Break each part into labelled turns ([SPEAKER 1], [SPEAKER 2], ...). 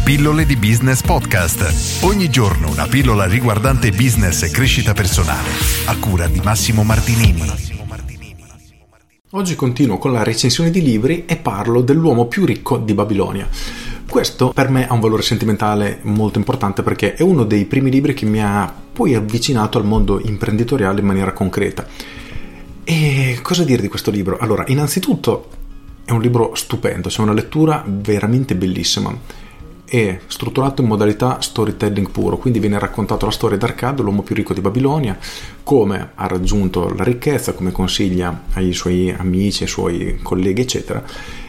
[SPEAKER 1] Pillole di Business Podcast. Ogni giorno una pillola riguardante business e crescita personale, a cura di Massimo Martinini.
[SPEAKER 2] Oggi continuo con la recensione di libri e parlo dell'uomo più ricco di Babilonia. Questo per me ha un valore sentimentale molto importante perché è uno dei primi libri che mi ha poi avvicinato al mondo imprenditoriale in maniera concreta. E cosa dire di questo libro? Allora, innanzitutto è un libro stupendo, c'è una lettura veramente bellissima. È strutturato in modalità storytelling puro, quindi viene raccontato la storia di Arcad, l'uomo più ricco di Babilonia, come ha raggiunto la ricchezza, come consiglia ai suoi amici, ai suoi colleghi, eccetera.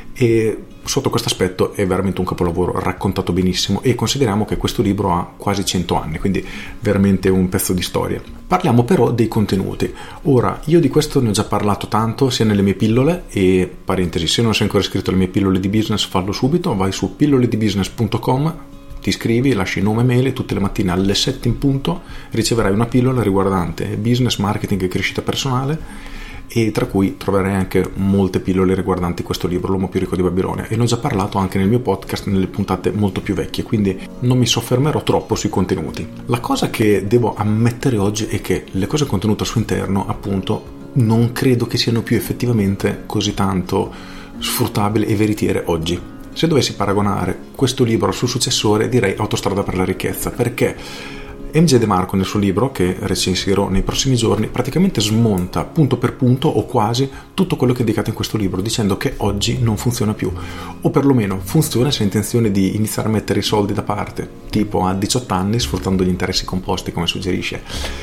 [SPEAKER 2] E sotto questo aspetto è veramente un capolavoro, raccontato benissimo, e consideriamo che questo libro ha quasi 100 anni, quindi veramente un pezzo di storia. Parliamo però dei contenuti. Ora, io di questo ne ho già parlato tanto sia nelle mie pillole, e parentesi, se non sei ancora iscritto alle mie pillole di business, fallo subito, vai su pilloledibusiness.com, ti iscrivi, lasci nome e mail e tutte le mattine alle 7 in punto riceverai una pillola riguardante business, marketing e crescita personale, e tra cui troverai anche molte pillole riguardanti questo libro, l'uomo più ricco di Babilonia, e ne ho già parlato anche nel mio podcast nelle puntate molto più vecchie, quindi non mi soffermerò troppo sui contenuti. La cosa che devo ammettere oggi è che le cose contenute al suo interno, appunto, non credo che siano più effettivamente così tanto sfruttabili e veritiere oggi. Se dovessi paragonare questo libro al suo successore, direi Autostrada per la ricchezza, perché MJ DeMarco nel suo libro, che recensirò nei prossimi giorni, praticamente smonta punto per punto o quasi tutto quello che è indicato in questo libro, dicendo che oggi non funziona più, o perlomeno funziona se hai intenzione di iniziare a mettere i soldi da parte, tipo a 18 anni, sfruttando gli interessi composti come suggerisce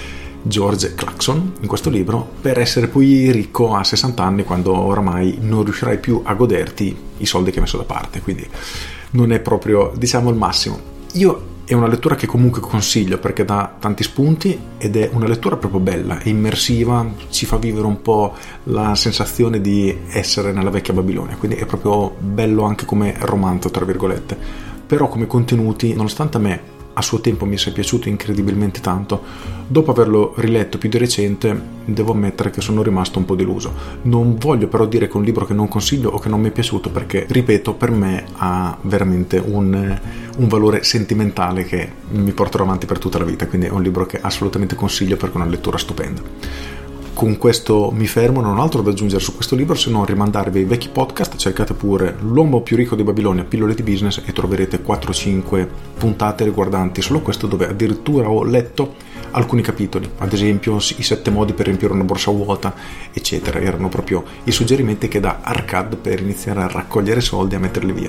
[SPEAKER 2] George Clason in questo libro, per essere poi ricco a 60 anni quando oramai non riuscirai più a goderti i soldi che hai messo da parte, quindi non è proprio, diciamo, il massimo. È una lettura che comunque consiglio perché dà tanti spunti ed è una lettura proprio bella, è immersiva, ci fa vivere un po' la sensazione di essere nella vecchia Babilonia, quindi è proprio bello anche come romanzo, tra virgolette. Però come contenuti, nonostante a me a suo tempo mi sia piaciuto incredibilmente tanto, dopo averlo riletto più di recente devo ammettere che sono rimasto un po' deluso. Non voglio però dire che è un libro che non consiglio o che non mi è piaciuto, perché, ripeto, per me ha veramente un valore sentimentale che mi porterò avanti per tutta la vita, quindi è un libro che assolutamente consiglio perché è una lettura stupenda. Con questo mi fermo, non ho altro da aggiungere su questo libro se non rimandarvi ai vecchi podcast. Cercate pure l'uomo più ricco di Babilonia, pillole di business, e troverete 4-5 puntate riguardanti solo questo, dove addirittura ho letto alcuni capitoli, ad esempio i 7 modi per riempire una borsa vuota, eccetera. Erano proprio i suggerimenti che dà Arcad per iniziare a raccogliere soldi e a metterli via.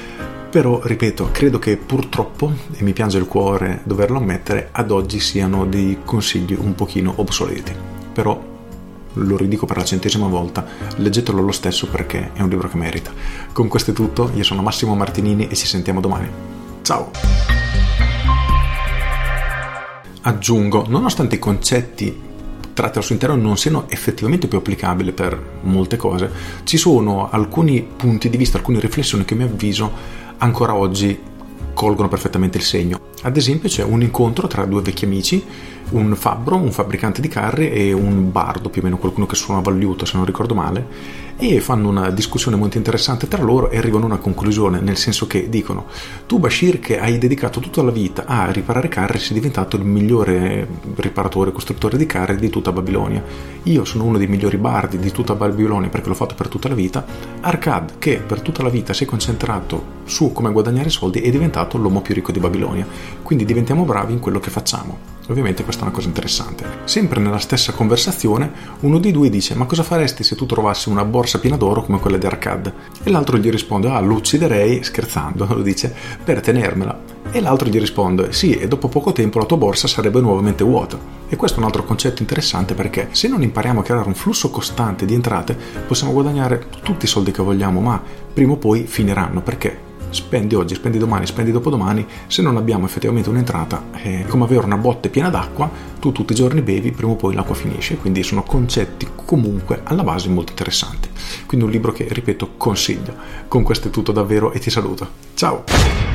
[SPEAKER 2] Però, ripeto, credo che purtroppo, e mi piange il cuore doverlo ammettere, ad oggi siano dei consigli un pochino obsoleti. Però lo ridico per la 100ª volta, leggetelo lo stesso perché è un libro che merita. Con questo è tutto, io sono Massimo Martinini e ci sentiamo domani. Ciao! Aggiungo, nonostante i concetti tratti al suo interno non siano effettivamente più applicabili per molte cose, ci sono alcuni punti di vista, alcune riflessioni che a mio avviso ancora oggi colgono perfettamente il segno. Ad esempio c'è un incontro tra due vecchi amici, un fabbro, un fabbricante di carri, e un bardo, più o meno qualcuno che suonava il liuto se non ricordo male, e fanno una discussione molto interessante tra loro e arrivano a una conclusione, nel senso che dicono: tu Bashir, che hai dedicato tutta la vita a riparare carri, sei diventato il migliore riparatore, costruttore di carri di tutta Babilonia. Io sono uno dei migliori bardi di tutta Babilonia perché l'ho fatto per tutta la vita. Arcad, che per tutta la vita si è concentrato su come guadagnare soldi, è diventato l'uomo più ricco di Babilonia, quindi diventiamo bravi in quello che facciamo. Ovviamente questa è una cosa interessante. Sempre nella stessa conversazione uno dei due dice: ma cosa faresti se tu trovassi una borsa piena d'oro come quella di Arcad? E l'altro gli risponde: lo ucciderei, scherzando, lo dice, per tenermela. E l'altro gli risponde: sì, e dopo poco tempo la tua borsa sarebbe nuovamente vuota. E questo è un altro concetto interessante, perché se non impariamo a creare un flusso costante di entrate possiamo guadagnare tutti i soldi che vogliamo, ma prima o poi finiranno, perché spendi oggi, spendi domani, spendi dopodomani, se non abbiamo effettivamente un'entrata è come avere una botte piena d'acqua, tu tutti i giorni bevi, prima o poi l'acqua finisce. Quindi sono concetti comunque alla base molto interessanti, quindi un libro che, ripeto, consiglio. Con questo è tutto davvero e ti saluto, ciao!